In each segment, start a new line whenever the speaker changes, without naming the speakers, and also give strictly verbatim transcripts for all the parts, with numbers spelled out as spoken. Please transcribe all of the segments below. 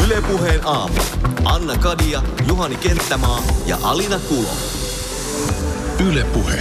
Yle Puheen aamu. Anna Kadia, Juhani Kenttämaa ja Alina Kulo.
Yle Puhe.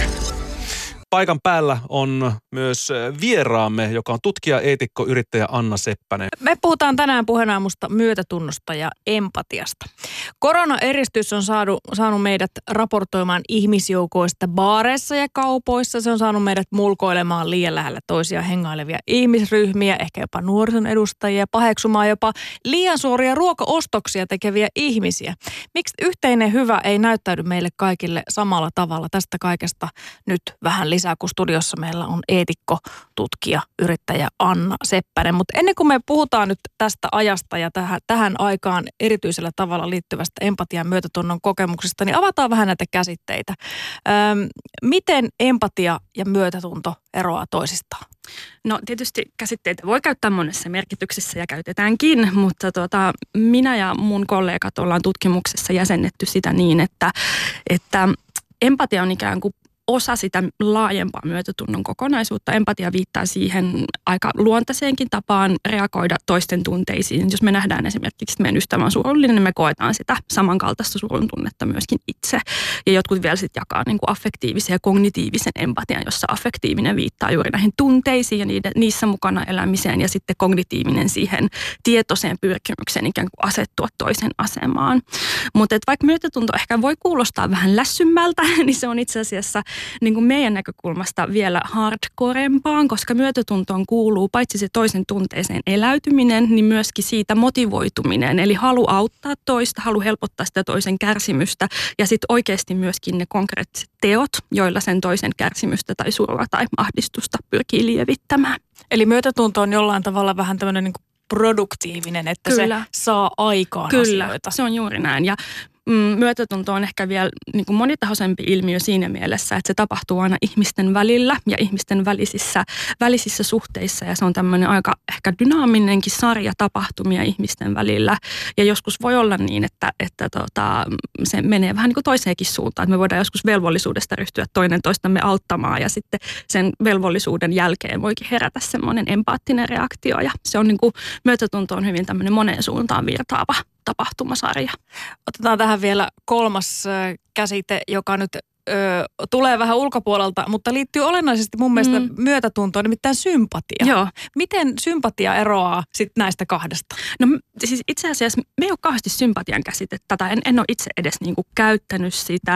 Paikan päällä on myös vieraamme, joka on tutkija, eetikko, yrittäjä Anna Seppänen.
Me puhutaan tänään puheenaamusta myötätunnosta ja empatiasta. Koronaeristys on saanut, saanut meidät raportoimaan ihmisjoukoista baareissa ja kaupoissa. Se on saanut meidät mulkoilemaan liian lähellä toisia hengailevia ihmisryhmiä, ehkä jopa nuorison edustajia, paheksumaan jopa liian suoria ruokaostoksia tekeviä ihmisiä. Miksi yhteinen hyvä ei näyttäydy meille kaikille samalla tavalla? Tästä kaikesta nyt vähän lisää, kun studiossa meillä on eetikko, tutkija, yrittäjä Anna Seppänen. Mutta ennen kuin me puhutaan nyt tästä ajasta ja tähän, tähän aikaan erityisellä tavalla liittyvästä empatian myötätunnon kokemuksesta, niin avataan vähän näitä käsitteitä. Öm, miten empatia ja myötätunto eroaa toisistaan?
No tietysti käsitteitä voi käyttää monessa merkityksessä ja käytetäänkin, mutta tuota, minä ja mun kollegat ollaan tutkimuksessa jäsennetty sitä niin, että, että empatia on ikään kuin osa sitä laajempaa myötätunnon kokonaisuutta. Empatia viittaa siihen aika luontaiseenkin tapaan reagoida toisten tunteisiin. Jos me nähdään esimerkiksi, että meidän ystävä on surullinen, niin me koetaan sitä samankaltaista surun tunnetta myöskin itse. Ja jotkut vielä sitten jakaa niin kuin affektiivisen ja kognitiivisen empatian, jossa affektiivinen viittaa juuri näihin tunteisiin ja niiden, niissä mukana elämiseen ja sitten kognitiivinen siihen tietoiseen pyrkimykseen ikään kuin asettua toisen asemaan. Mutta vaikka myötätunto ehkä voi kuulostaa vähän lässymmältä, niin se on itse asiassa niin kuin meidän näkökulmasta vielä hardcorempaan, koska myötätuntoon kuuluu paitsi se toisen tunteeseen eläytyminen, niin myöskin siitä motivoituminen. Eli halu auttaa toista, halu helpottaa sitä toisen kärsimystä ja sitten oikeasti myöskin ne konkreettiset teot, joilla sen toisen kärsimystä tai surua tai ahdistusta pyrkii lievittämään.
Eli myötätunto on jollain tavalla vähän tämmöinen niin kuin produktiivinen, että Kyllä. se saa aikaan
Kyllä,
asioita.
Se on juuri näin. Ja myötätunto on ehkä vielä niin kuin monitahoisempi ilmiö siinä mielessä, että se tapahtuu aina ihmisten välillä ja ihmisten välisissä, välisissä suhteissa. Ja se on tämmöinen aika ehkä dynaaminenkin sarja tapahtumia ihmisten välillä. Ja joskus voi olla niin, että, että tota, se menee vähän niin kuin toiseenkin suuntaan. Että me voidaan joskus velvollisuudesta ryhtyä toinen toistamme auttamaan ja sitten sen velvollisuuden jälkeen voikin herätä semmoinen empaattinen reaktio. Ja se on niin kuin, myötätunto on hyvin tämmöinen moneen suuntaan virtaava tapahtumasarja.
Otetaan tähän vielä kolmas käsite, joka nyt ö, tulee vähän ulkopuolelta, mutta liittyy olennaisesti mun mielestä mm. myötätuntoon, nimittäin sympatia.
Joo.
Miten sympatia eroaa sit näistä kahdesta?
No siis itse asiassa me ei ole kauheasti sympatian käsitettä, tai en, en ole itse edes niinku käyttänyt sitä.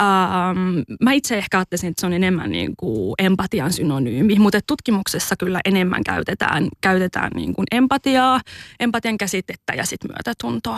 Ähm, mä itse ehkä ajattelisin, että se on enemmän niinku empatian synonyymi, mutta tutkimuksessa kyllä enemmän käytetään, käytetään niinku empatiaa, empatian käsitettä ja sitten myötätuntoa.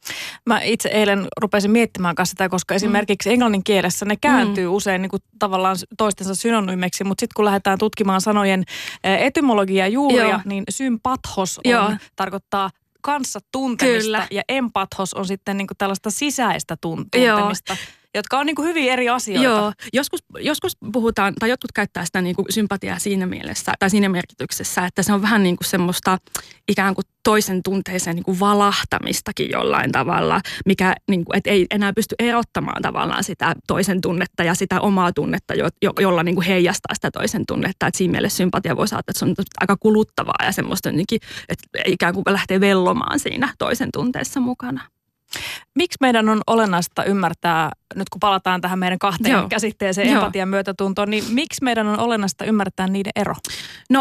Mä itse eilen rupesin miettimään kanssa sitä, koska esimerkiksi englannin kielessä ne kääntyy mm. usein niin kuin tavallaan toistensa synonyymeiksi, mutta sitten kun lähdetään tutkimaan sanojen etymologiaa ja juuria, Joo. niin sympathos on, Joo. tarkoittaa kanssa tuntemista Kyllä. ja empathos on sitten niin kuin tällaista sisäistä tuntemista. Joo. Jotka on niin kuin hyvin eri asioita.
Joo, joskus, joskus puhutaan, tai jotkut käyttää sitä niin kuin sympatiaa siinä mielessä, tai siinä merkityksessä, että se on vähän niin kuin semmoista ikään kuin toisen tunteeseen niin kuin valahtamistakin jollain tavalla, mikä niin kuin, et ei enää pysty erottamaan tavallaan sitä toisen tunnetta ja sitä omaa tunnetta, jo, jo, jolla niin kuin heijastaa sitä toisen tunnetta. Että siinä mielessä sympatia voi saada, että se on aika kuluttavaa ja semmoista, että ikään kuin lähtee vellomaan siinä toisen tunteessa mukana.
Miksi meidän on olennaista ymmärtää, nyt kun palataan tähän meidän kahteen Joo. käsitteeseen,
Joo.
empatian myötätuntoon, niin miksi meidän on olennaista ymmärtää niiden ero?
No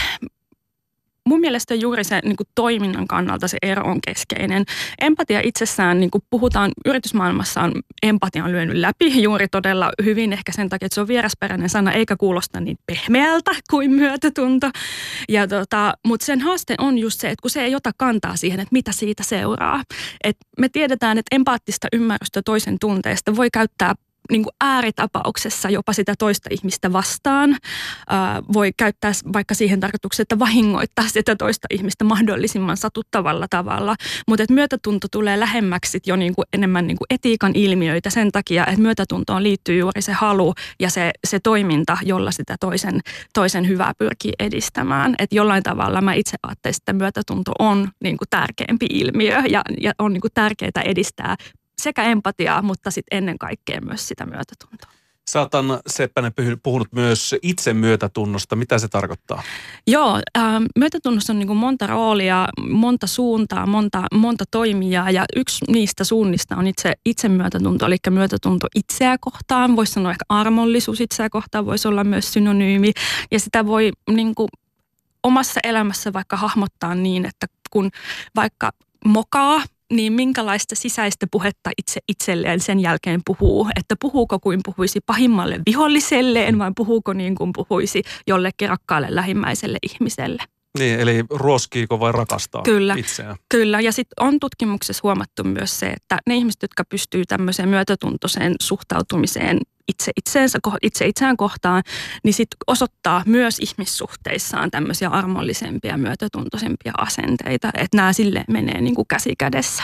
mun mielestä juuri se niin kuin toiminnan kannalta se ero on keskeinen. Empatia itsessään, niin kuin puhutaan, yritysmaailmassa on empatia on lyönyt läpi juuri todella hyvin, ehkä sen takia, että se on vierasperäinen sana, eikä kuulosta niin pehmeältä kuin myötätunto. Ja tota, mutta sen haaste on just se, että kun se ei ota kantaa siihen, että mitä siitä seuraa. Et me tiedetään, että empaattista ymmärrystä toisen tunteesta voi käyttää niin kuin ääritapauksessa jopa sitä toista ihmistä vastaan. Ää, voi käyttää vaikka siihen tarkoitukseen, että vahingoittaa sitä toista ihmistä mahdollisimman satuttavalla tavalla. Mutta myötätunto tulee lähemmäksi sit jo niin kuin enemmän niin kuin etiikan ilmiöitä sen takia, että myötätuntoon liittyy juuri se halu ja se, se toiminta, jolla sitä toisen, toisen hyvää pyrkii edistämään. Et jollain tavalla mä itse ajattelen, että myötätunto on niin kuin tärkeämpi ilmiö ja, ja on niin kuin tärkeää edistää sekä empatiaa, mutta sitten ennen kaikkea myös sitä myötätuntoa.
Sä oot, Anna Seppänen, puhunut myös itsemyötätunnosta. Mitä se tarkoittaa?
Joo, äh, myötätunnossa on niin kuin monta roolia, monta suuntaa, monta, monta toimijaa ja yksi niistä suunnista on itse, itsemyötätunto, eli myötätunto itseä kohtaan. Voisi sanoa ehkä armollisuus itseä kohtaan, voisi olla myös synonyymi ja sitä voi niin kuin omassa elämässä vaikka hahmottaa niin, että kun vaikka mokaa, niin minkälaista sisäistä puhetta itse itselleen sen jälkeen puhuu. Että puhuuko kuin puhuisi pahimmalle viholliselleen vai puhuuko niin kuin puhuisi jollekin rakkaalle lähimmäiselle ihmiselle.
Niin, eli ruoskiiko vai rakastaa
kyllä,
itseään? Kyllä,
ja sitten on tutkimuksessa huomattu myös se, että ne ihmiset, jotka pystyy tämmöiseen myötätuntoiseen suhtautumiseen itse itseensä, itse itseään kohtaan, niin sitten osoittaa myös ihmissuhteissaan tämmöisiä armollisempia, myötätuntoisempia asenteita, että nämä silleen menee niin kuin käsi kädessä.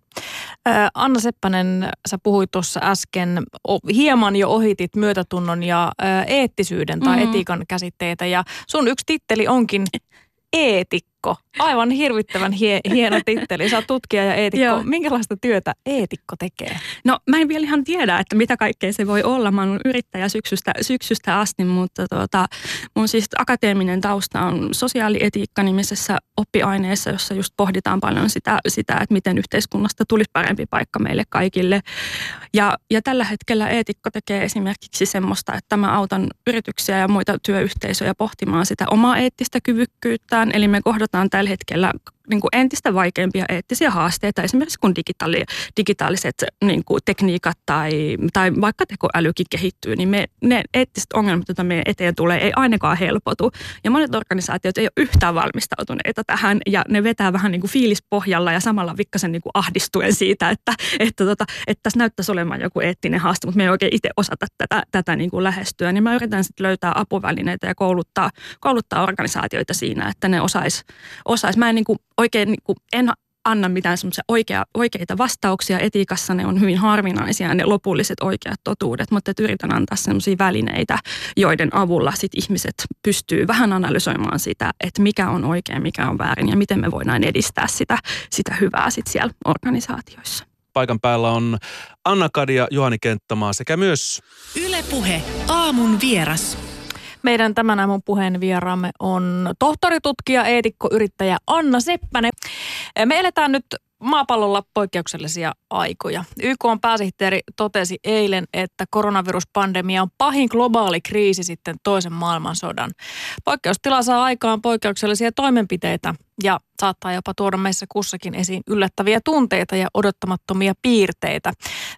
Anna Seppänen, sä puhuit tuossa äsken, hieman jo ohitit myötätunnon ja eettisyyden tai mm. etiikan käsitteitä ja sun yksi titteli onkin eetikko. Aivan hirvittävän hie, hieno titteli. Sä oot tutkija ja eetikko. Joo. Minkälaista työtä eetikko tekee?
No mä en vielä ihan tiedä, että mitä kaikkea se voi olla. Mä oon yrittäjä syksystä, syksystä asti, mutta tuota, mun siis akateeminen tausta on sosiaalietiikka-nimisessä oppiaineessa, jossa just pohditaan paljon sitä, sitä, että miten yhteiskunnasta tulisi parempi paikka meille kaikille. Ja, ja tällä hetkellä eetikko tekee esimerkiksi semmoista, että mä autan yrityksiä ja muita työyhteisöjä pohtimaan sitä omaa eettistä kyvykkyyttään. Eli me kohdataan tällä hetkellä niin kuin entistä vaikeampia eettisiä haasteita, esimerkiksi kun digitaali, digitaaliset niin kuin tekniikat tai, tai vaikka tekoälykin kehittyy, niin me, ne eettiset ongelmat, joita meidän eteen tulee, ei ainakaan helpotu. Ja monet organisaatiot ei ole yhtään valmistautuneita tähän, ja ne vetää vähän niin kuin fiilispohjalla ja samalla vikkasen niin kuin ahdistuen siitä, että, että, tota, että tässä näyttäisi olemaan joku eettinen haaste, mutta me ei oikein itse osata tätä, tätä niin kuin lähestyä. Niin mä yritän sitten löytää apuvälineitä ja kouluttaa, kouluttaa organisaatioita siinä, että ne osais, osais. Mä en niin kuin oikein niin kuin, en anna mitään semmoisia oikea, oikeita vastauksia. Etiikassa ne on hyvin harvinaisia, ne lopulliset oikeat totuudet, mutta yritän antaa semmoisia välineitä, joiden avulla sit ihmiset pystyy vähän analysoimaan sitä, että mikä on oikein, mikä on väärin ja miten me voidaan edistää sitä, sitä hyvää sit siellä organisaatioissa.
Paikan päällä on Anna-Kadi ja Juhani Kenttämaa sekä myös
Yle Puhe, aamun vieras.
Meidän tämän aamun puheen vieraamme on tohtoritutkija, eetikko, yrittäjä Anna Seppänen. Me eletään nyt maapallolla poikkeuksellisia aikoja. Y K:n pääsihteeri totesi eilen, että koronaviruspandemia on pahin globaali kriisi sitten toisen maailmansodan. Poikkeustila saa aikaan poikkeuksellisia toimenpiteitä ja saattaa jopa tuoda meissä kussakin esiin yllättäviä tunteita ja odottamattomia piirteitä.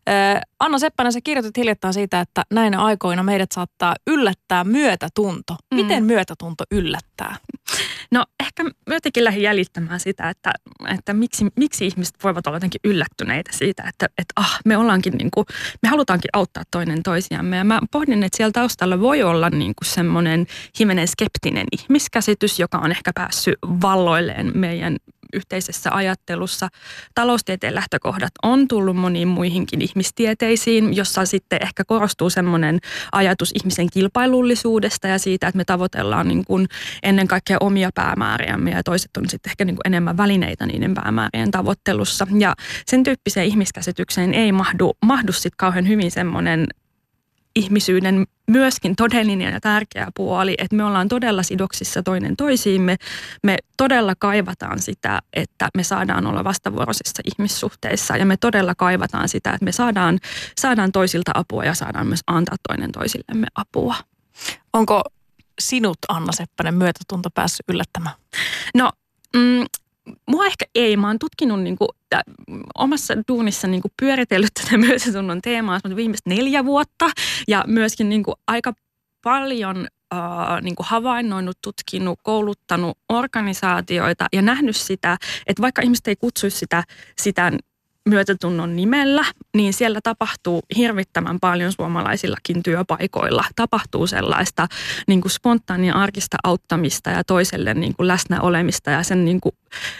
Anna Seppänen, sä kirjoitit hiljattain siitä, että näinä aikoina meidät saattaa yllättää myötätunto. Mm. Miten myötätunto yllättää?
No ehkä mä jotenkin lähdin jäljittämään sitä, että, että miksi, miksi ihmiset voivat olla jotenkin yllättyneitä siitä, että, että ah, me ollaankin niin kuin, me halutaankin auttaa toinen toisiamme. Ja mä pohdin, että siellä taustalla voi olla niin kuin semmoinen hivenen skeptinen ihmiskäsitys, joka on ehkä päässyt valloilleen meidän yhteisessä ajattelussa. Taloustieteen lähtökohdat on tullut moniin muihinkin ihmistieteisiin, jossa sitten ehkä korostuu semmoinen ajatus ihmisen kilpailullisuudesta ja siitä, että me tavoitellaan niin kuin ennen kaikkea omia päämääriämme ja toiset on sitten ehkä niin kuin enemmän välineitä niiden päämäärien tavoittelussa. Ja sen tyyppiseen ihmiskäsitykseen ei mahdu, mahdu sitten kauhean hyvin semmoinen ihmisyyden myöskin todellinen ja tärkeä puoli, että me ollaan todella sidoksissa toinen toisiimme. Me todella kaivataan sitä, että me saadaan olla vastavuoroisissa ihmissuhteissa ja me todella kaivataan sitä, että me saadaan, saadaan toisilta apua ja saadaan myös antaa toinen toisillemme apua.
Onko sinut, Anna Seppänen, myötätunto päässyt yllättämään?
No, mm, mua ehkä ei. Mä oon tutkinut niin kuin, äh, omassa duunissa niin kuin pyöritellyt tätä myötätunnon teemaa viimeiset neljä vuotta ja myöskin niin kuin aika paljon äh, niin kuin havainnoinut, tutkinut, kouluttanut organisaatioita ja nähnyt sitä, että vaikka ihmiset ei kutsuisi sitä, sitä myötätunnon nimellä, niin siellä tapahtuu hirvittävän paljon suomalaisillakin työpaikoilla. Tapahtuu sellaista niin kuin spontaania arkista auttamista ja toiselle niin kuin läsnä olemista ja sen niin kuin,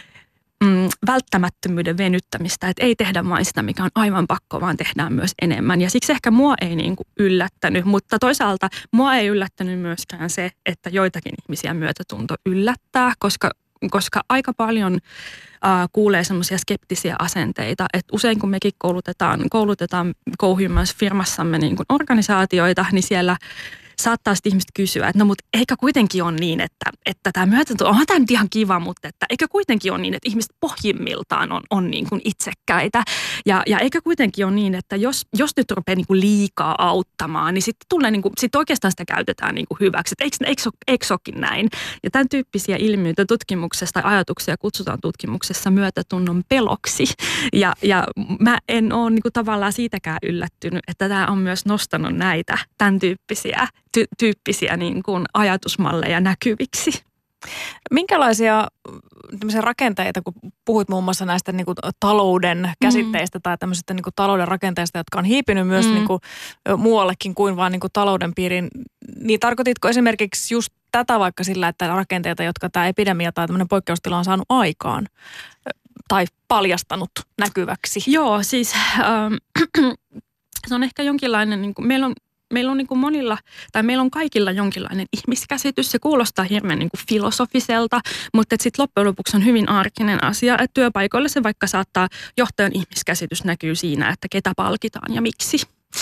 mm, välttämättömyyden venyttämistä, että ei tehdä vain sitä, mikä on aivan pakko, vaan tehdään myös enemmän. Ja siksi ehkä mua ei niin kuin yllättänyt, mutta toisaalta mua ei yllättänyt myöskään se, että joitakin ihmisiä myötätunto yllättää, koska koska aika paljon äh, kuulee semmoisia skeptisiä asenteita, että usein kun mekin koulutetaan, koulutetaan Go-Humans firmassamme niin kuin organisaatioita, niin siellä saattaa sitten ihmiset kysyä, että no mutta eikä kuitenkin ole niin, että, että tämä myötätunto, onhan tämä nyt ihan kiva, mutta että eikö kuitenkin ole niin, että ihmiset pohjimmiltaan on, on niin kuin itsekkäitä. Ja, ja eikä kuitenkin ole niin, että jos, jos nyt rupeaa niin kuin liikaa auttamaan, niin sitten tulee niin kuin, sit oikeastaan sitä käytetään niin kuin hyväksi. Että eikö, eikö, eikö olekin näin? Ja tämän tyyppisiä ilmiöitä tutkimuksessa tai ajatuksia kutsutaan tutkimuksessa myötätunnon peloksi. Ja, ja mä en ole niin kuin tavallaan siitäkään yllättynyt, että tämä on myös nostanut näitä tämän tyyppisiä Ty- tyyppisiä niin kuin ajatusmalleja näkyviksi.
Minkälaisia rakenteita, kun puhuit muun muassa näistä niin kuin talouden käsitteistä mm. tai tämmöisistä niin kuin talouden rakenteista, jotka on hiipinyt myös mm. niin kuin muuallekin kuin vaan niin kuin talouden piiriin, niin tarkoititko esimerkiksi just tätä vaikka sillä, että rakenteita, jotka tämä epidemia tai tämmöinen poikkeustila on saanut aikaan tai paljastanut näkyväksi?
Joo, siis ähm, se on ehkä jonkinlainen, niin kuin, meillä on Meillä on niin kuin monilla, tai meillä on kaikilla jonkinlainen ihmiskäsitys. Se kuulostaa hirveän niin kuin filosofiselta, mutta sitten loppujen lopuksi on hyvin arkinen asia. Että työpaikoilla se vaikka saattaa, johtajan ihmiskäsitys näkyy siinä, että ketä palkitaan ja miksi.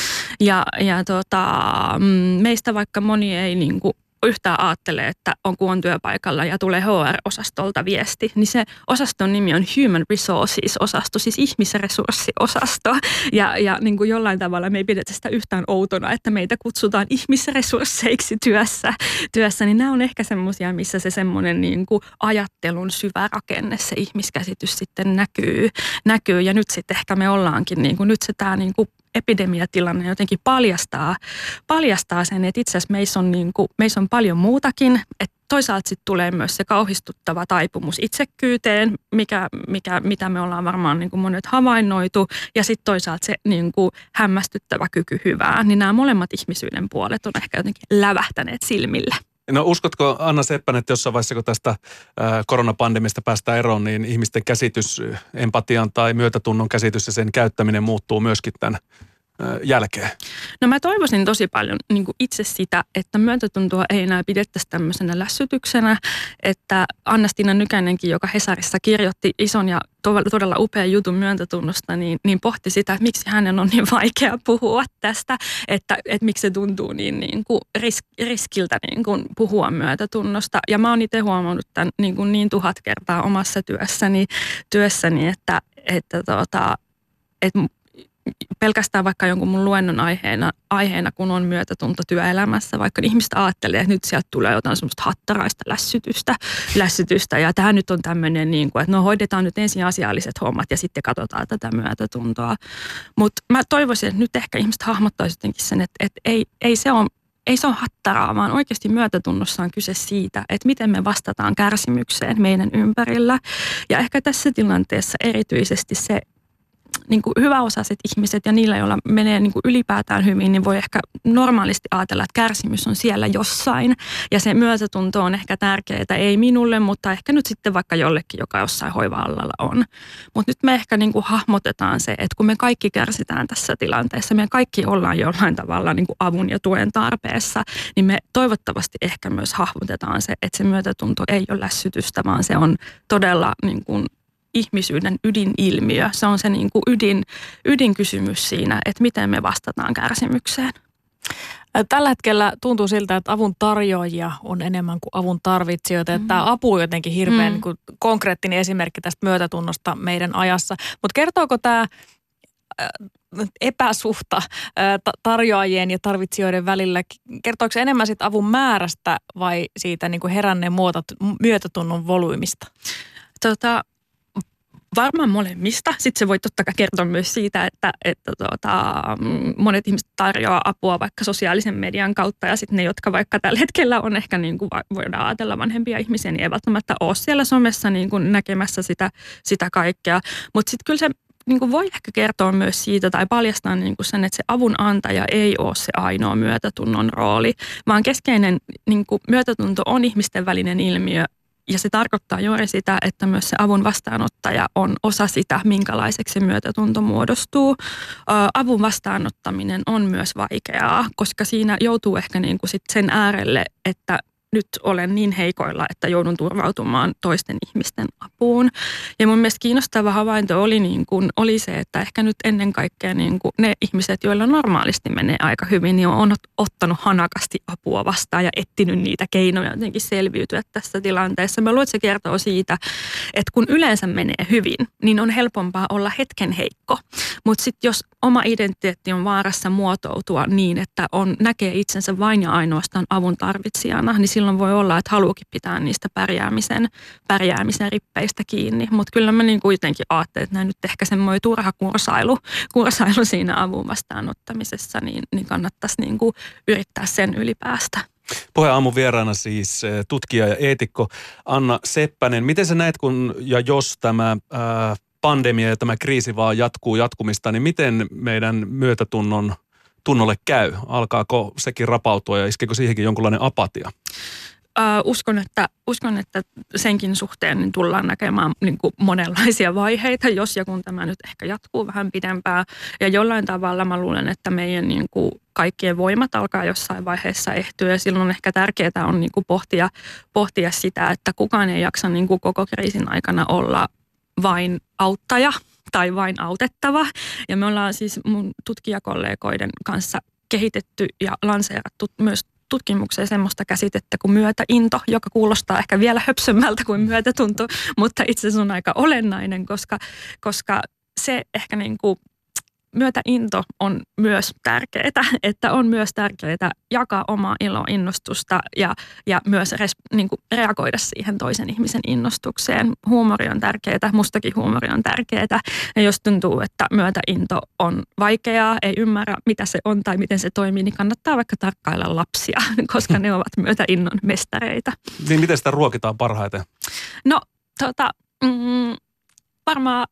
Ja, ja tota, meistä vaikka moni ei niin kuin yhtään ajattele, että on kun on työpaikalla ja tulee H R-osastolta viesti, niin se osaston nimi on Human Resources-osasto, siis ihmisresurssiosasto. Ja, ja niin kuin jollain tavalla me ei pidetä sitä yhtään outona, että meitä kutsutaan ihmisresursseiksi työssä. työssä. Niin nämä on ehkä semmoisia, missä se semmoinen niin kuin ajattelun syvä rakenne, se ihmiskäsitys sitten näkyy. näkyy. Ja nyt sitten ehkä me ollaankin, niin kuin, nyt se tämä niin kuin epidemiatilanne jotenkin paljastaa, paljastaa sen, että itse asiassa meissä on, niin kuin, meissä on paljon muutakin, että toisaalta sitten tulee myös se kauhistuttava taipumus itsekkyyteen, mikä, mikä, mitä me ollaan varmaan niin kuin monet havainnoitu, ja sitten toisaalta se niin kuin hämmästyttävä kyky hyvään, niin nämä molemmat ihmisyyden puolet on ehkä jotenkin lävähtäneet silmille.
No uskotko, Anna Seppänen, että jossain vaiheessa, kun tästä ää, koronapandemista päästään eroon, niin ihmisten käsitys, empatian tai myötätunnon käsitys ja sen käyttäminen muuttuu myöskin tämän ää, jälkeen?
No mä toivoisin tosi paljon niin kuin itse sitä, että myötätuntoa ei enää pidettäisi tämmöisenä lässytyksenä, että Anna-Stiina Nykäinenkin, joka Hesarissa kirjoitti ison ja todella upea jutun myötätunnosta, niin, niin pohti sitä, että miksi hänen on niin vaikea puhua tästä, että, että miksi se tuntuu niin, niin kuin risk, riskiltä niin kuin puhua myötätunnosta. Ja mä oon itse huomannut tämän niin, kuin niin tuhat kertaa omassa työssäni, työssäni että, että, tota, että pelkästään vaikka jonkun mun luennon aiheena, aiheena, kun on myötätunto työelämässä, vaikka ihmiset ajattelee, että nyt sieltä tulee jotain semmoista hattaraista lässytystä, lässytystä ja tämä nyt on tämmöinen, niin kuin, että no hoidetaan nyt ensin asialliset hommat ja sitten katsotaan tätä myötätuntoa. Mutta mä toivoisin, että nyt ehkä ihmiset hahmottaisivat jotenkin sen, että, että ei, ei se ole Ei se ole hattaraa, vaan oikeasti myötätunnossa on kyse siitä, että miten me vastataan kärsimykseen meidän ympärillä. Ja ehkä tässä tilanteessa erityisesti se niin kuin hyväosaiset ihmiset ja niillä, joilla menee niin kuin ylipäätään hyvin, niin voi ehkä normaalisti ajatella, että kärsimys on siellä jossain. Ja se myötätunto on ehkä tärkeää, ei minulle, mutta ehkä nyt sitten vaikka jollekin, joka jossain hoiva-alalla on. Mutta nyt me ehkä niin kuin hahmotetaan se, että kun me kaikki kärsitään tässä tilanteessa, me kaikki ollaan jollain tavalla niin kuin avun ja tuen tarpeessa, niin me toivottavasti ehkä myös hahmotetaan se, että se myötätunto ei ole lässytystä, vaan se on todella niin kuin ihmisyyden ydinilmiö. Se on se niin kuin ydin, ydinkysymys siinä, että miten me vastataan kärsimykseen.
Tällä hetkellä tuntuu siltä, että avun tarjoajia on enemmän kuin avun tarvitsijoita. Mm-hmm. Tämä apu on jotenkin hirveän mm-hmm. niin kuin konkreettinen esimerkki tästä myötätunnosta meidän ajassa. Mutta kertooko tämä epäsuhta tarjoajien ja tarvitsijoiden välillä, kertooko se enemmän siitä avun määrästä vai siitä niin kuin heränneen myötätunnon volyymista?
Tota... Varmaan molemmista. Sitten se voi totta kai kertoa myös siitä, että, että tuota, monet ihmiset tarjoaa apua vaikka sosiaalisen median kautta ja sitten ne, jotka vaikka tällä hetkellä on ehkä niin kuin voidaan ajatella vanhempia ihmisiä, niin ei välttämättä ole siellä somessa niin kuin näkemässä sitä, sitä kaikkea. Mutta sitten kyllä se niin kuin voi ehkä kertoa myös siitä tai paljastaa niin kuin sen, että se avun antaja ei ole se ainoa myötätunnon rooli, vaan keskeinen niin kuin myötätunto on ihmisten välinen ilmiö. Ja se tarkoittaa juuri sitä, että myös se avun vastaanottaja on osa sitä, minkälaiseksi se myötätunto muodostuu. Avun vastaanottaminen on myös vaikeaa, koska siinä joutuu ehkä niin kuin sit sen äärelle, että nyt olen niin heikoilla, että joudun turvautumaan toisten ihmisten apuun. Ja mun mielestä kiinnostava havainto oli, niin kuin, oli se, että ehkä nyt ennen kaikkea niin kuin ne ihmiset, joilla normaalisti menee aika hyvin, niin on ottanut hanakasti apua vastaan ja etsinyt niitä keinoja jotenkin selviytyä tässä tilanteessa. Mä luulen, että se kertoo siitä, että kun yleensä menee hyvin, niin on helpompaa olla hetken heikko. Mutta sitten jos oma identiteetti on vaarassa muotoutua niin, että on, näkee itsensä vain ja ainoastaan avun tarvitsijana, niin silloin voi olla, että haluukin pitää niistä pärjäämisen, pärjäämisen rippeistä kiinni. Mutta kyllä mä niin kuitenkin ajattelin, että näin nyt ehkä semmoinen turha kursailu, kursailu siinä avun vastaanottamisessa, niin, niin kannattaisi niin kuin yrittää sen ylipäästä.
Puheen aamun vieraana siis tutkija ja eetikko Anna Seppänen. Miten sä näet, kun ja jos tämä ää, pandemia ja tämä kriisi vaan jatkuu jatkumista, niin miten meidän myötätunnon tunnolle käy? Alkaako sekin rapautua ja iskeekö siihenkin jonkunlainen apatia?
Uh, uskon, että, uskon, että senkin suhteen niin tullaan näkemään niin kuin monenlaisia vaiheita, jos ja kun tämä nyt ehkä jatkuu vähän pidempään. Ja jollain tavalla mä luulen, että meidän niin kuin kaikkien voimat alkaa jossain vaiheessa ehtyä. Ja silloin ehkä tärkeää on niin kuin pohtia, pohtia sitä, että kukaan ei jaksa niin kuin koko kriisin aikana olla vain auttaja tai vain autettava. Ja me ollaan siis mun tutkijakollegoiden kanssa kehitetty ja lanseerattu myös tutkimukseen semmoista käsitettä kuin myötäinto, joka kuulostaa ehkä vielä höpsömmältä kuin myötätunto, mutta itse asiassa on aika olennainen, koska, koska se ehkä niin kuin myötäinto on myös tärkeää, että on myös tärkeää jakaa omaa iloa, innostusta ja, ja myös res, niin kuin reagoida siihen toisen ihmisen innostukseen. Huumori on tärkeää, mustakin huumori on tärkeää. Ja jos tuntuu, että myötäinto on vaikeaa, ei ymmärrä mitä se on tai miten se toimii, niin kannattaa vaikka tarkkailla lapsia, koska ne ovat myötäinnon mestareita.
Niin miten sitä ruokitaan parhaiten?
No tota, mm, varmaan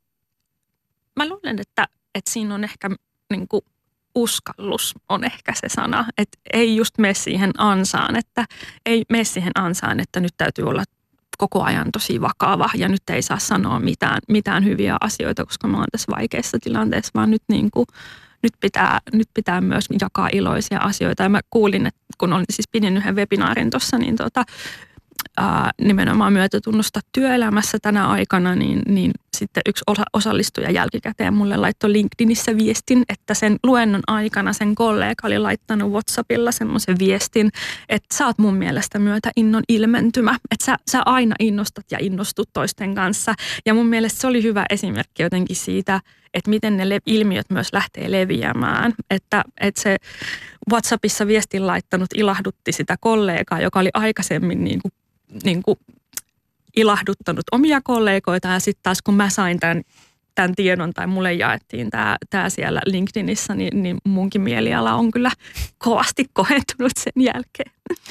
mä luulen, että että siinä on ehkä niin kuin uskallus on ehkä se sana, että ei just mene siihen ansaan, että ei mene siihen ansaan, että nyt täytyy olla koko ajan tosi vakava ja nyt ei saa sanoa mitään, mitään hyviä asioita, koska mä oon tässä vaikeassa tilanteessa, vaan nyt, niin kuin, nyt, pitää, nyt pitää myös jakaa iloisia asioita. Ja mä kuulin, että kun olin, siis pidin yhden webinaarin tuossa, niin tota, ää, nimenomaan myötätunnosta työelämässä tänä aikana, niin, niin sitten yksi osa, osallistuja jälkikäteen mulle laittoi LinkedInissä viestin, että sen luennon aikana sen kollega oli laittanut WhatsAppilla semmoisen viestin, että sä oot mun mielestä myötäinnon ilmentymä, että sä, sä aina innostat ja innostut toisten kanssa. Ja mun mielestä se oli hyvä esimerkki jotenkin siitä, että miten ne le- ilmiöt myös lähtee leviämään. Että, että se WhatsAppissa viestin laittanut ilahdutti sitä kollegaa, joka oli aikaisemmin niin kuin, niin kuin ilahduttanut omia kollegoita ja sitten taas kun mä sain tämän, tämän tiedon tai mulle jaettiin tämä, tämä siellä LinkedInissä, niin, niin munkin mieliala on kyllä kovasti kohentunut sen jälkeen.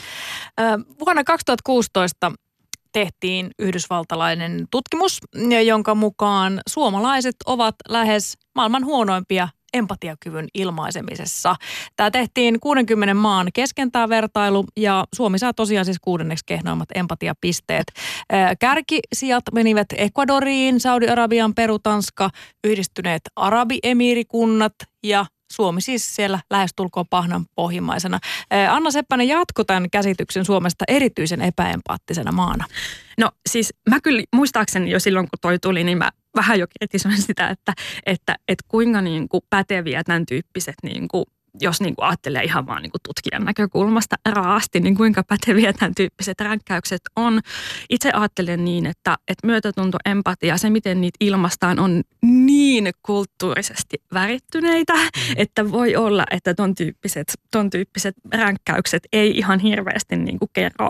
Vuonna kaksituhattakuusitoista tehtiin yhdysvaltalainen tutkimus, jonka mukaan suomalaiset ovat lähes maailman huonoimpia empatiakyvyn ilmaisemisessa. Tämä tehtiin kuudenkymmenen maan kesken tämä vertailu ja Suomi saa tosiaan siis kuudenneksi kehnoimmat empatiapisteet. Kärkisijat menivät Ecuadoriin, Saudi-Arabian, Peru, Tanska, Yhdistyneet Arabiemiirikunnat ja Suomi siis siellä lähestulkoon pahnan pohjimmaisena. Anna Seppänen, jatko tämän käsityksen Suomesta erityisen epäempaattisena maana?
No siis mä kyllä muistaakseni jo silloin, kun toi tuli, niin mä vähän jo kritisoin sitä, että, että, että kuinka niin kuin päteviä tämän tyyppiset, niin kuin, jos niin kuin ajattelee ihan vaan niin kuin tutkijan näkökulmasta raasti, niin kuinka päteviä tämän tyyppiset ränkkäykset on. Itse ajattelen niin, että, että myötätunto, empatia, se miten niitä ilmaistaan on niin kulttuurisesti värittyneitä, mm. että voi olla, että ton tyyppiset, ton tyyppiset ränkkäykset ei ihan hirveästi niin kuin kerro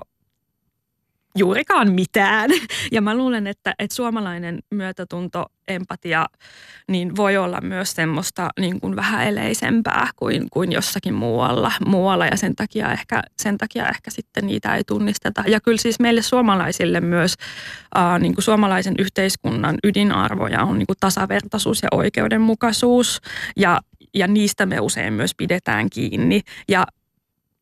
juurikaan mitään. Ja mä luulen, että, että suomalainen myötätunto, empatia, niin voi olla myös semmoista niin kuin vähän eleisempää kuin, kuin jossakin muualla, muualla ja sen takia, ehkä, sen takia ehkä sitten niitä ei tunnisteta. Ja kyllä siis meille suomalaisille myös äh, niin kuin suomalaisen yhteiskunnan ydinarvoja on niin kuin tasavertaisuus ja oikeudenmukaisuus ja, ja niistä me usein myös pidetään kiinni. Ja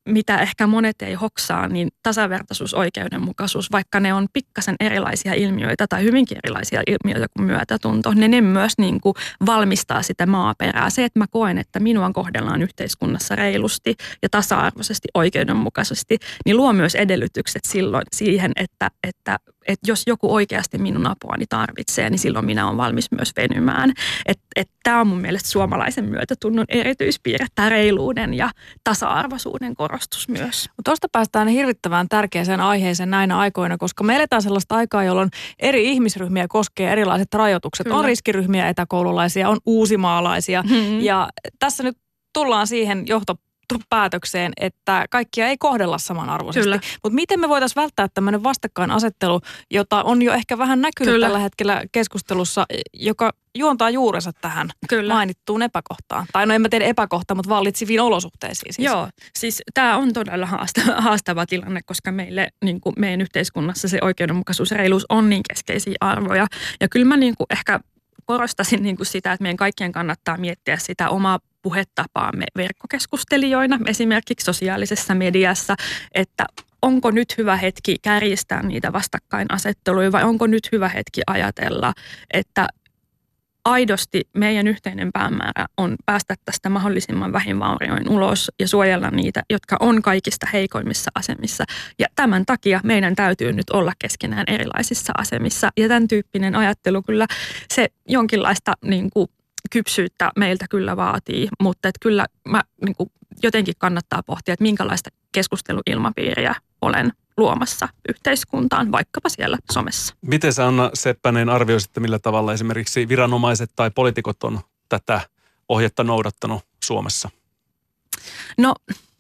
mitä ehkä monet ei hoksaa, niin tasavertaisuus, oikeudenmukaisuus, vaikka ne on pikkasen erilaisia ilmiöitä tai hyvinkin erilaisia ilmiöitä kuin myötätunto, ne, ne myös niin kuin valmistaa sitä maaperää. Se, että mä koen, että minua kohdellaan yhteiskunnassa reilusti ja tasa-arvoisesti, oikeudenmukaisesti, niin luo myös edellytykset silloin siihen, että, että, että jos joku oikeasti minun apuani tarvitsee, niin silloin minä olen valmis myös venymään. Että et, tämä on mun mielestä suomalaisen myötätunnon erityispiirre, tämä reiluuden ja tasa-arvoisuuden korostus myös.
Tuosta päästään hirvittävän tärkeäseen aiheeseen näinä aikoina, koska me eletään sellaista aikaa, jolloin eri ihmisryhmiä koskee erilaiset rajoitukset. Kyllä. On riskiryhmiä, etäkoululaisia, on uusimaalaisia mm-hmm. ja tässä nyt tullaan siihen johtopäätökseen, että kaikkia ei kohdella samanarvoisesti. Mutta miten me voitaisiin välttää tämmöinen vastakkainasettelu, jota on jo ehkä vähän näkynyt Kyllä. tällä hetkellä keskustelussa, joka juontaa juurensa tähän Kyllä. mainittuun epäkohtaan. Tai no en mä tiedä epäkohta, mutta vallitsiviin olosuhteisiin. Siis.
Joo, siis tämä on todella haastava, haastava tilanne, koska meille, niin kuin meidän yhteiskunnassa se oikeudenmukaisuus ja reiluus on niin keskeisiä arvoja. Ja kyllä mä niin kuin ehkä korostasin niin kuin sitä, että meidän kaikkien kannattaa miettiä sitä omaa puhetapaamme verkkokeskustelijoina, esimerkiksi sosiaalisessa mediassa, että onko nyt hyvä hetki kärjistää niitä vastakkainasetteluja vai onko nyt hyvä hetki ajatella, että aidosti meidän yhteinen päämäärä on päästä tästä mahdollisimman vähin vaurioin ulos ja suojella niitä, jotka on kaikista heikoimmissa asemissa. Ja tämän takia meidän täytyy nyt olla keskenään erilaisissa asemissa. Ja tämän tyyppinen ajattelu kyllä se jonkinlaista niin kuin kypsyyttä meiltä kyllä vaatii, mutta että kyllä mä, niin kuin, jotenkin kannattaa pohtia, että minkälaista keskusteluilmapiiriä olen luomassa yhteiskuntaan, vaikkapa siellä somessa.
Miten sä, Anna Seppänen, arvioisitte, millä tavalla esimerkiksi viranomaiset tai poliitikot on tätä ohjetta noudattanut Suomessa?
No,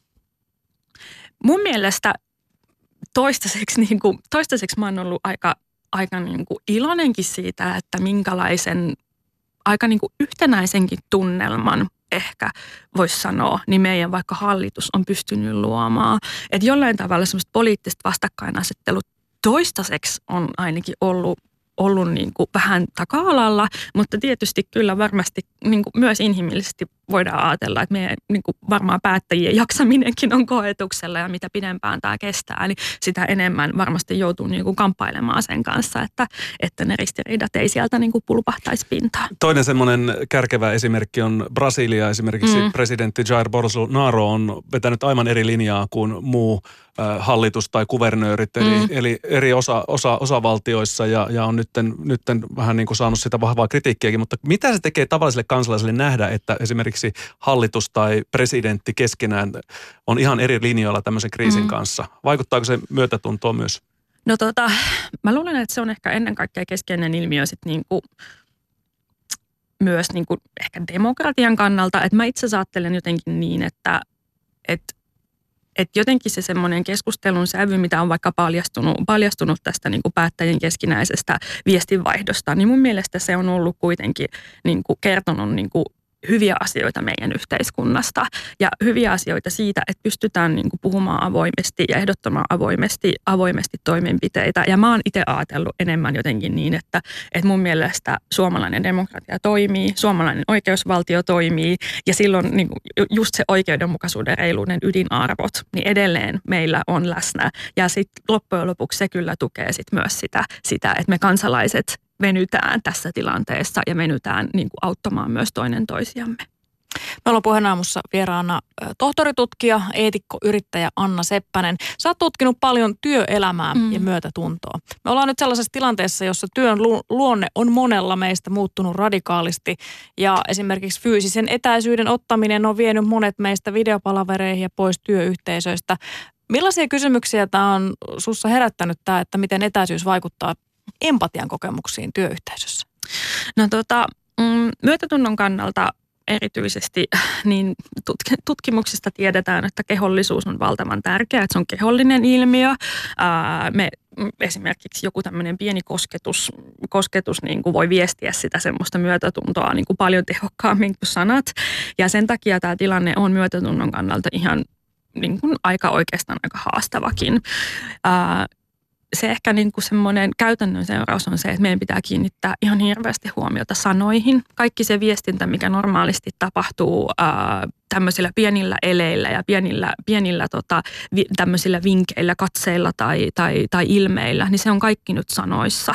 mun mielestä toistaiseksi, niin kuin, toistaiseksi mä oon ollut aika, aika niin kuin iloinenkin siitä, että minkälaisen aika niin kuin yhtenäisenkin tunnelman ehkä voisi sanoa, niin meidän vaikka hallitus on pystynyt luomaan. Että jollain tavalla semmoista poliittista vastakkainasettelua toistaiseksi on ainakin ollut, ollut niin kuin vähän taka-alalla, mutta tietysti kyllä varmasti niin kuin myös inhimillisesti voidaan ajatella, että meidän niin kuin varmaan päättäjien jaksaminenkin on koetuksella ja mitä pidempään tämä kestää, niin sitä enemmän varmasti joutuu niin kuin kamppailemaan sen kanssa, että, että ne ristiriidat ei sieltä niin kuin pulpahtaisi pintaan.
Toinen semmoinen kärkevä esimerkki on Brasilia. Esimerkiksi mm. presidentti Jair Bolsonaro on vetänyt aivan eri linjaa kuin muu äh, hallitus tai kuvernöörit, eli, mm. eli eri osa, osa, osavaltioissa ja, ja on nytten, nytten vähän niin kuin saanut sitä vahvaa kritiikkiäkin, mutta mitä se tekee tavalliselle kansalaiselle nähdä, että esimerkiksi hallitus tai presidentti keskenään on ihan eri linjoilla tämmöisen kriisin mm. kanssa? Vaikuttaako se myötätuntoon myös?
No tota, mä luulen, että se on ehkä ennen kaikkea keskeinen ilmiö sit niinku, myös niinku ehkä demokratian kannalta. Että mä itse ajattelen jotenkin niin, että et, et jotenkin se semmoinen keskustelun sävy, mitä on vaikka paljastunut, paljastunut tästä niinku päättäjien keskinäisestä viestinvaihdosta, niin mun mielestä se on ollut kuitenkin niinku kertonut niinku hyviä asioita meidän yhteiskunnasta ja hyviä asioita siitä, että pystytään niin kuin puhumaan avoimesti ja ehdottamaan avoimesti, avoimesti toimenpiteitä. Ja mä oon itse ajatellut enemmän jotenkin niin, että, että mun mielestä suomalainen demokratia toimii, suomalainen oikeusvaltio toimii ja silloin niin kuin just se oikeudenmukaisuuden, reiluuden ydinarvot, niin edelleen meillä on läsnä. Ja sitten loppujen lopuksi se kyllä tukee sit myös sitä, sitä, että me kansalaiset venytään tässä tilanteessa ja venytään niin kuin auttamaan myös toinen toisiamme.
Me ollaan Puheenaamussa vieraana tohtoritutkija, eetikko, yrittäjä Anna Seppänen. Sä oot tutkinut paljon työelämää mm. ja myötätuntoa. Me ollaan nyt sellaisessa tilanteessa, jossa työn luonne on monella meistä muuttunut radikaalisti ja esimerkiksi fyysisen etäisyyden ottaminen on vienyt monet meistä videopalavereihin ja pois työyhteisöistä. Millaisia kysymyksiä tämä on sussa herättänyt tämä, että miten etäisyys vaikuttaa empatian kokemuksiin työyhteisössä?
No tota, myötätunnon kannalta erityisesti niin tutkimuksista tiedetään, että kehollisuus on valtavan tärkeää, että se on kehollinen ilmiö. Me esimerkiksi joku tämmöinen pieni kosketus, kosketus niin kuin voi viestiä sitä semmoista myötätuntoa niin kuin paljon tehokkaammin kuin sanat. Ja sen takia tämä tilanne on myötätunnon kannalta ihan niin kuin aika oikeastaan aika haastavakin. se ehkä niin kuin semmoinen käytännön seuraus on se, että meidän pitää kiinnittää ihan hirveästi huomiota sanoihin. Kaikki se viestintä, mikä normaalisti tapahtuu ää, tämmöisillä pienillä eleillä ja pienillä, pienillä tota, vi, tämmöisillä vinkeillä, katseilla tai, tai, tai ilmeillä, niin se on kaikki nyt sanoissa.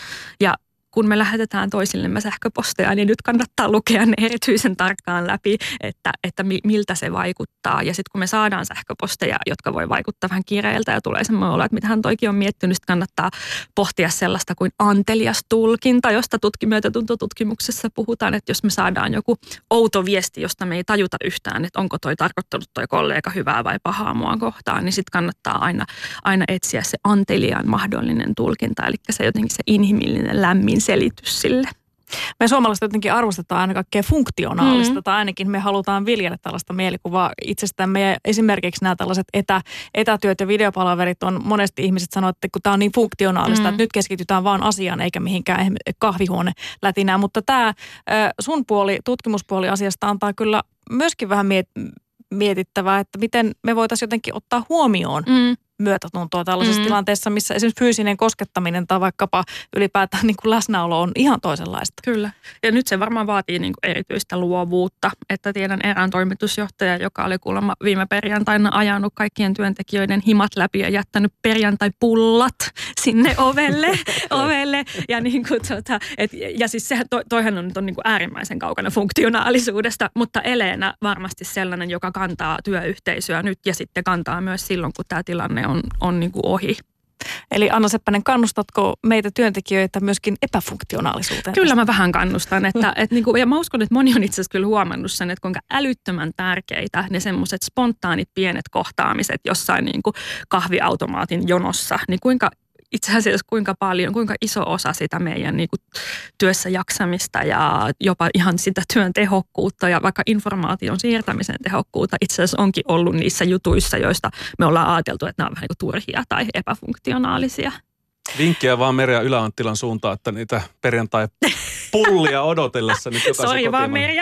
Ja kun me lähetetään toisillemme sähköposteja, niin nyt kannattaa lukea ne erityisen tarkkaan läpi, että, että miltä se vaikuttaa. Ja sitten kun me saadaan sähköposteja, jotka voi vaikuttaa vähän kiireiltä ja tulee semmoinen olo, että mitähän toikin on miettinyt, niin kannattaa pohtia sellaista kuin antelias tulkinta, josta myötätuntotutkimuksessa puhutaan, että jos me saadaan joku outo viesti, josta me ei tajuta yhtään, että onko toi tarkoittanut toi kollega hyvää vai pahaa mua kohtaan, niin sitten kannattaa aina, aina etsiä se anteliaan mahdollinen tulkinta, eli se jotenkin se inhimillinen lämmin selitys sille.
Me suomalaiset jotenkin arvostetaan aina kaikkea funktionaalista,
Mm.
tai ainakin me halutaan viljellä tällaista mielikuvaa itsestämme. Ja esimerkiksi nämä tällaiset etä, etätyöt ja videopalaverit on monesti ihmiset sanoo, että kun tämä on niin funktionaalista,
Mm.
että nyt keskitytään vaan asiaan eikä mihinkään kahvihuone lätinään. Mutta tämä sun puoli, tutkimuspuoli asiasta antaa kyllä myöskin vähän miet- mietittävää, että miten me voitaisiin jotenkin ottaa huomioon
Mm.
myötätuntoa tällaisessa
Mm.
tilanteessa, missä esimerkiksi fyysinen koskettaminen tai vaikkapa ylipäätään niin kuin läsnäolo on ihan toisenlaista.
Kyllä. Ja nyt se varmaan vaatii niin kuin erityistä luovuutta, että tiedän erään toimitusjohtaja, joka oli kuulemma viime perjantaina ajanut kaikkien työntekijöiden himat läpi ja jättänyt perjantai-pullat sinne ovelle. ovelle. Ja, niin kuin, tota, et, ja siis sehän, to, toihan on nyt on niin kuin äärimmäisen kaukana funktionaalisuudesta, mutta Elena varmasti sellainen, joka kantaa työyhteisöä nyt ja sitten kantaa myös silloin, kun tämä tilanne on, on niin kuin ohi.
Eli Anna Seppänen, kannustatko meitä työntekijöitä myöskin epäfunktionaalisuuteen?
Kyllä mä vähän kannustan. Että, et niinku, ja mä uskon, että moni on itse asiassa kyllä huomannut sen, että kuinka älyttömän tärkeitä ne semmoiset spontaanit pienet kohtaamiset jossain niinku kahviautomaatin jonossa, niin kuinka itse asiassa kuinka paljon, kuinka iso osa sitä meidän niin kuin, työssä jaksamista ja jopa ihan sitä työn tehokkuutta ja vaikka informaation siirtämisen tehokkuutta itse asiassa onkin ollut niissä jutuissa, joista me ollaan ajateltu, että nämä on vähän niin kuin turhia tai epäfunktionaalisia.
Vinkkiä vaan Merja Ylä-Anttilan suuntaan, että niitä perjantai-pullia odotellessa nyt jokaisen
Sori vaan
kotimaan.
Merja.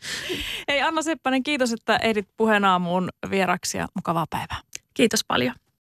Hei Anna Seppänen, kiitos, että ehdit Puheen Aamuun vieraksi ja mukavaa päivää.
Kiitos paljon.